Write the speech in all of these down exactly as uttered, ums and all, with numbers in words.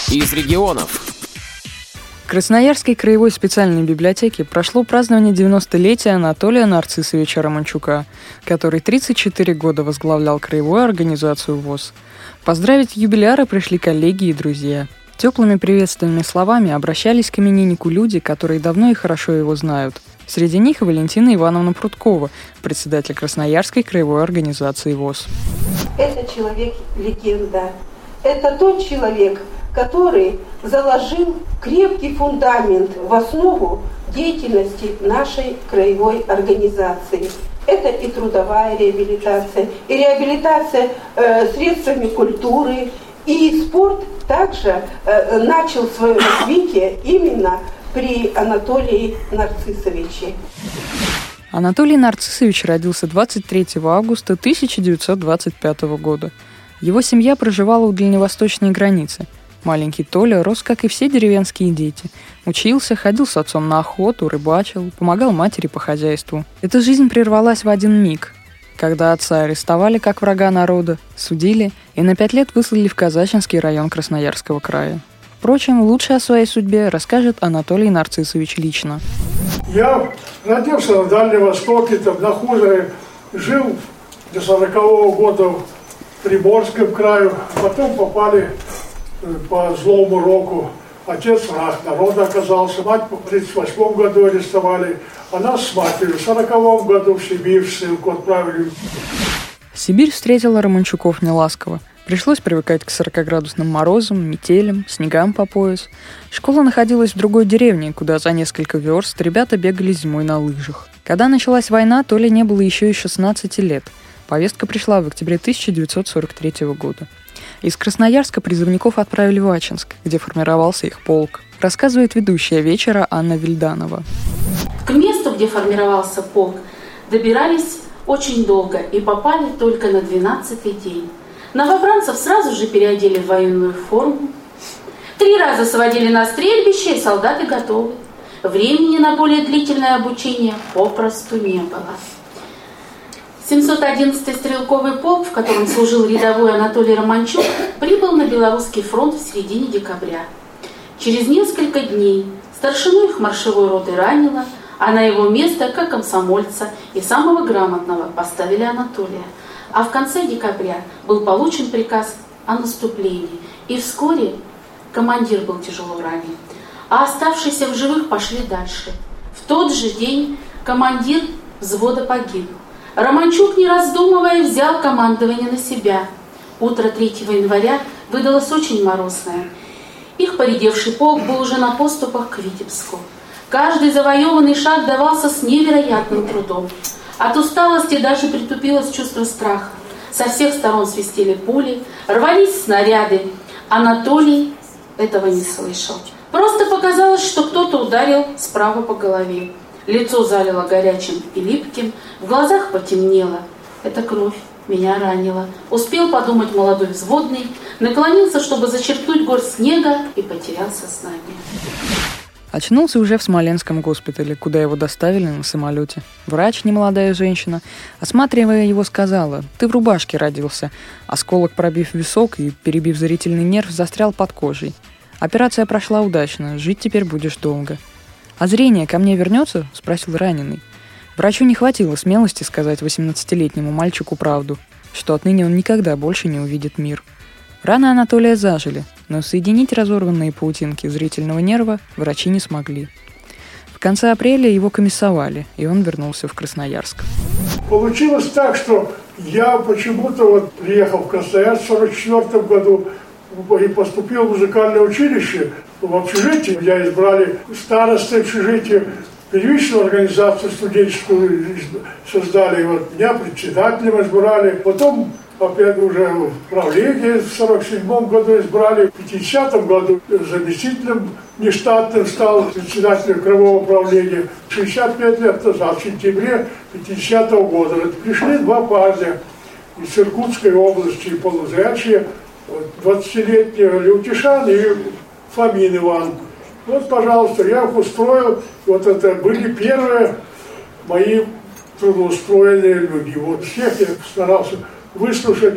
из регионов. В Красноярской краевой специальной библиотеке прошло празднование девяностолетия Анатолия Нарциссовича Романчука, который тридцать четыре года возглавлял краевую организацию ВОС. Поздравить юбиляра пришли коллеги и друзья. Теплыми приветственными словами обращались к имениннику люди, которые давно и хорошо его знают. Среди них Валентина Ивановна Прудкова, председатель Красноярской краевой организации ВОС. Это человек-легенда. Это тот человек, который заложил крепкий фундамент в основу деятельности нашей краевой организации. Это и трудовая реабилитация, и реабилитация э, средствами культуры, и спорт также э, начал свое развитие именно при Анатолии Нарциссовиче. Анатолий Нарциссович родился двадцать третьего августа тысяча девятьсот двадцать пятого года. Его семья проживала у дальневосточной границы. Маленький Толя рос, как и все деревенские дети. Учился, ходил с отцом на охоту, рыбачил, помогал матери по хозяйству. Эта жизнь прервалась в один миг, когда отца арестовали как врага народа, судили и на пять лет выслали в Казачинский район Красноярского края. Впрочем, лучше о своей судьбе расскажет Анатолий Нарциссович лично. Я родился на Дальнем Востоке, там, на хуторе, жил до сорокового года в Приморском крае, потом попали по злому року. Отец враг народа оказался, мать в тридцать восьмом году арестовали, а нас с матерью в сороковом году в Сибирь в ссылку отправили. Сибирь встретила Романчуков неласково. Пришлось привыкать к сорокаградусным морозам, метелям, снегам по пояс. Школа находилась в другой деревне, куда за несколько верст ребята бегали зимой на лыжах. Когда началась война, Толе не было еще и шестнадцати лет. Повестка пришла в октябре тысяча девятьсот сорок третьего года. Из Красноярска призывников отправили в Ачинск, где формировался их полк. Рассказывает ведущая вечера Анна Вильданова. К месту, где формировался полк, добирались очень долго и попали только на двенадцатый день. Новобранцев сразу же переодели в военную форму. Три раза сводили на стрельбище, и солдаты готовы. Времени на более длительное обучение попросту не было. семьсот одиннадцатый стрелковый полк, в котором служил рядовой Анатолий Романчук, прибыл на Белорусский фронт в середине декабря. Через несколько дней старшину их маршевой роты ранило, а на его место, как комсомольца и самого грамотного, поставили Анатолия. А в конце декабря был получен приказ о наступлении, и вскоре командир был тяжело ранен. А оставшиеся в живых пошли дальше. В тот же день командир взвода погиб. Романчук, не раздумывая, взял командование на себя. Утро третьего января выдалось очень морозное. Их поредевший полк был уже на поступах к Витебску. Каждый завоеванный шаг давался с невероятным трудом. От усталости даже притупилось чувство страха. Со всех сторон свистели пули, рвались снаряды. Анатолий этого не слышал. Просто показалось, что кто-то ударил справа по голове. Лицо залило горячим и липким, в глазах потемнело. Это кровь меня ранила. Успел подумать молодой взводный, наклонился, чтобы зачерпнуть горсть снега, и потерял сознание. Очнулся уже в Смоленском госпитале, куда его доставили на самолете. Врач, немолодая женщина, осматривая его, сказала: «Ты в рубашке родился». Осколок, пробив висок и перебив зрительный нерв, застрял под кожей. Операция прошла удачно, жить теперь будешь долго. «А зрение ко мне вернется?» – спросил раненый. Врачу не хватило смелости сказать восемнадцатилетнему мальчику правду, что отныне он никогда больше не увидит мир. Раны Анатолия зажили, но соединить разорванные паутинки зрительного нерва врачи не смогли. В конце апреля его комиссовали, и он вернулся в Красноярск. Получилось так, что я почему-то вот приехал в Красноярск в сорок четвёртом году и поступил в музыкальное училище. В общежитии меня избрали старостой общежития, первичную организацию студенческую создали, вот меня председателем избрали, потом опять уже в правление в сорок седьмом году избрали, в пятидесятом году заместителем нештатным стал председателем краевого управления. шестьдесят пять лет назад, в сентябре пятидесятого года, вот пришли два парня из Иркутской области, полузрячие, двадцатилетний Леутишан и Фомин Иван. Вот, пожалуйста, я их устроил. Вот это были первые мои трудоустроенные люди. Вот всех я старался выслушать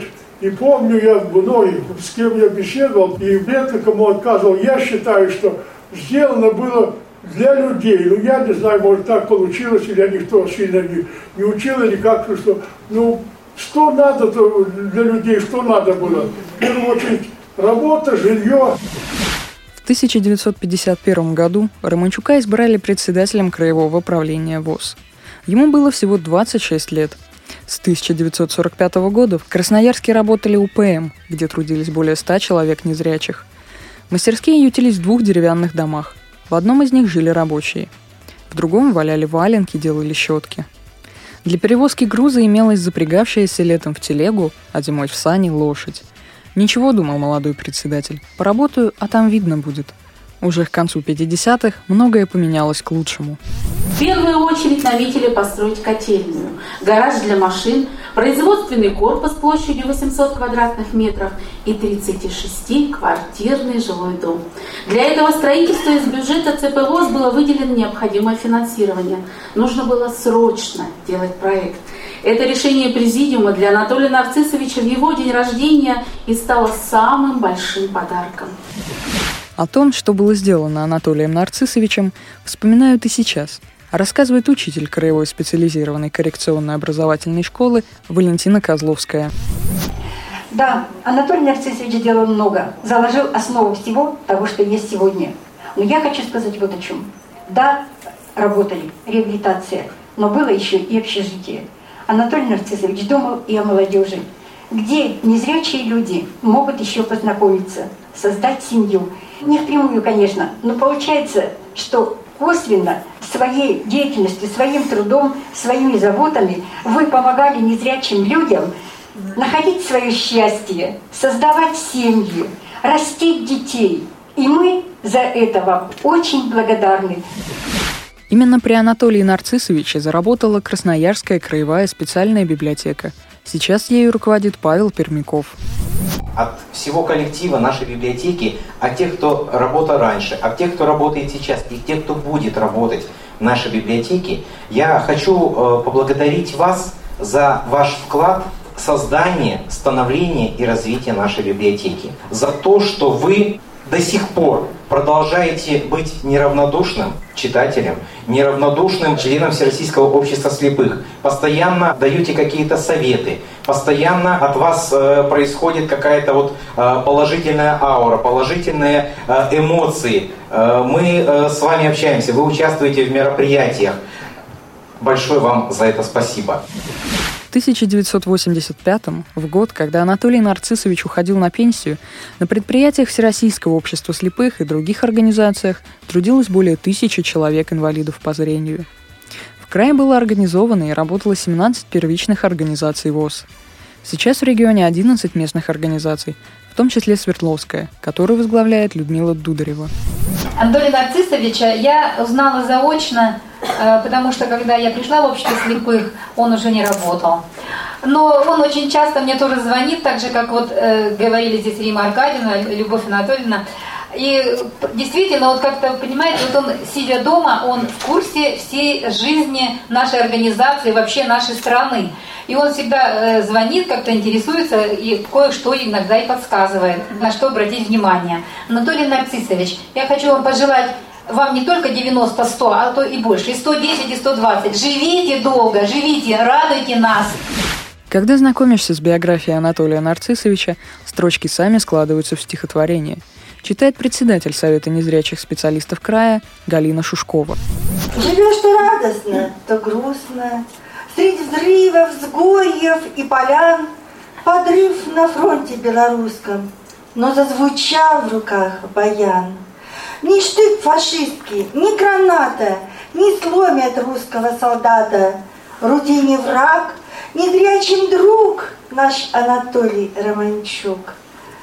И помню, я многих, с кем я беседовал, и редко кому отказывал. Я считаю, что сделано было для людей. Ну, я не знаю, может, так получилось, или никто сильно не, не учил, или как-то, что... Ну, что надо для людей, что надо было? В первую очередь, работа, жилье. В тысяча девятьсот пятьдесят первом году Романчука избрали председателем Краевого правления ВОС. Ему было всего двадцать шесть лет. С тысяча девятьсот сорок пятого года в Красноярске работали У Пэ Эм, где трудились более ста человек незрячих. Мастерские ютились в двух деревянных домах. В одном из них жили рабочие. В другом валяли валенки, делали щетки. Для перевозки груза имелась запрягавшаяся летом в телегу, а зимой в сани лошадь. Ничего, думал молодой председатель, поработаю, а там видно будет. Уже к концу пятидесятых многое поменялось к лучшему. В первую очередь наметили построить котельную, гараж для машин, производственный корпус площадью восемьсот квадратных метров и тридцатишестиквартирный жилой дом. Для этого строительства из бюджета Цэ Пэ ВОС было выделено необходимое финансирование. Нужно было срочно делать проект. Это решение президиума для Анатолия Нарциссовича в его день рождения и стало самым большим подарком. О том, что было сделано Анатолием Нарциссовичем, вспоминают и сейчас. Рассказывает учитель Краевой специализированной коррекционной образовательной школы Валентина Козловская. Да, Анатолий Нарциссович сделал много, заложил основу всего того, что есть сегодня. Но я хочу сказать вот о чем. Да, работали, реабилитация, но было еще и общежитие. Анатолий Нарциссович думал и о молодежи, где незрячие люди могут еще познакомиться, создать семью. Не впрямую, конечно, но получается, что косвенно своей деятельностью, своим трудом, своими заботами вы помогали незрячим людям находить свое счастье, создавать семьи, растить детей. И мы за это вам очень благодарны. Именно при Анатолии Нарциссовиче заработала Красноярская краевая специальная библиотека. Сейчас ею руководит Павел Пермяков. От всего коллектива нашей библиотеки, от тех, кто работал раньше, от тех, кто работает сейчас, и тех, кто будет работать в нашей библиотеке, я хочу э, поблагодарить вас за ваш вклад в создание, становление и развитие нашей библиотеки. За то, что вы до сих пор продолжаете быть неравнодушным читателем, неравнодушным членом Всероссийского общества слепых. Постоянно даете какие-то советы, постоянно от вас э, происходит какая-то вот э, положительная аура, положительные э, эмоции. Э, мы э, с вами общаемся, вы участвуете в мероприятиях. Большое вам за это спасибо. В тысяча девятьсот восемьдесят пятом, в год, когда Анатолий Нарциссович уходил на пенсию, на предприятиях Всероссийского общества слепых и других организациях трудилось более тысячи человек-инвалидов по зрению. В крае было организовано и работало семнадцать первичных организаций ВОС. Сейчас в регионе одиннадцать местных организаций, в том числе Свердловская, которую возглавляет Людмила Дударева. Анатолия Нарциссовича я узнала заочно, потому что когда я пришла в общество слепых, он уже не работал. Но он очень часто мне тоже звонит, так же, как вот э, говорили здесь Рима Аркадьевна, Любовь Анатольевна. И действительно, вот как-то, понимаете, вот он, сидя дома, он в курсе всей жизни нашей организации, вообще нашей страны. И он всегда э, звонит, как-то интересуется и кое-что иногда и подсказывает, на что обратить внимание. Анатолий Нарциссович, я хочу вам пожелать вам не только девяносто, сто, а то и больше, и сто десять, и сто двадцать. Живите долго, живите, радуйте нас. Когда знакомишься с биографией Анатолия Нарциссовича, строчки сами складываются в стихотворение. Читает председатель Совета незрячих специалистов края Галина Шушкова. Живешь то радостно, то грустно. Среди взрывов, сгоев и полян подрыв на фронте белорусском, но зазвучал в руках баян. Ни штык фашистский, ни граната не сломят русского солдата. Рутине враг, незрячим друг наш Анатолий Романчук.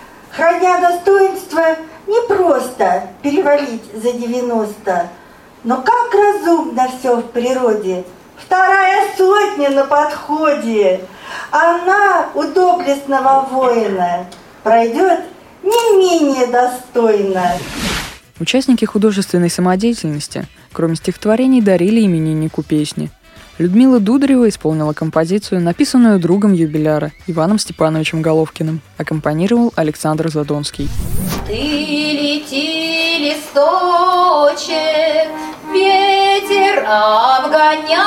Храня достоинство, не просто перевалить за девяносто, но как разумно все в природе. Вторая сотня на подходе. Она у доблестного воина пройдет не менее достойно. Участники художественной самодеятельности, кроме стихотворений, дарили имениннику песни. Людмила Дударева исполнила композицию, написанную другом юбиляра Иваном Степановичем Головкиным. Аккомпанировал Александр Задонский. Ты лети, листочек, ветер обгоняя,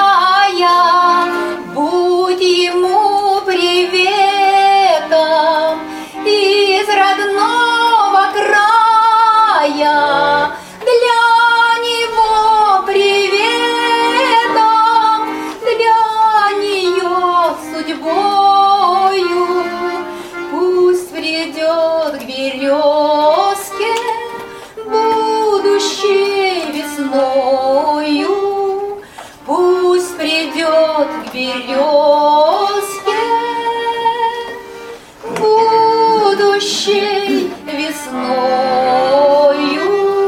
будь ему приветом из родного края. Для него приветом, для нее судьбою. Пусть придет к березке будущей весною. Пусть придет к березке будущей весною.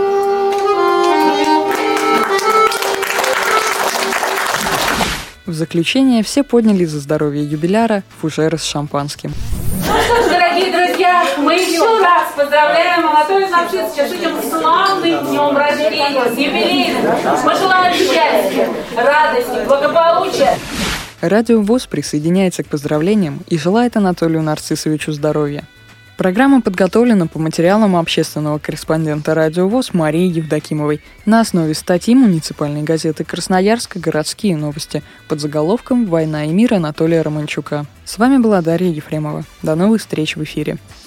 В заключение все подняли за здоровье юбиляра фужеры с шампанским. Ну что ж, дорогие друзья, мы еще раз поздравляем Анатолия Нарцисовича с этим славным днем рождения, с юбилейным. Мы желаем счастья, радости, благополучия. Радио ВОС присоединяется к поздравлениям и желает Анатолию Нарциссовичу здоровья. Программа подготовлена по материалам общественного корреспондента Радио ВОС Марии Евдокимовой на основе статьи муниципальной газеты «Красноярск. Городские новости» под заголовком «Война и мир» Анатолия Романчука. С вами была Дарья Ефремова. До новых встреч в эфире.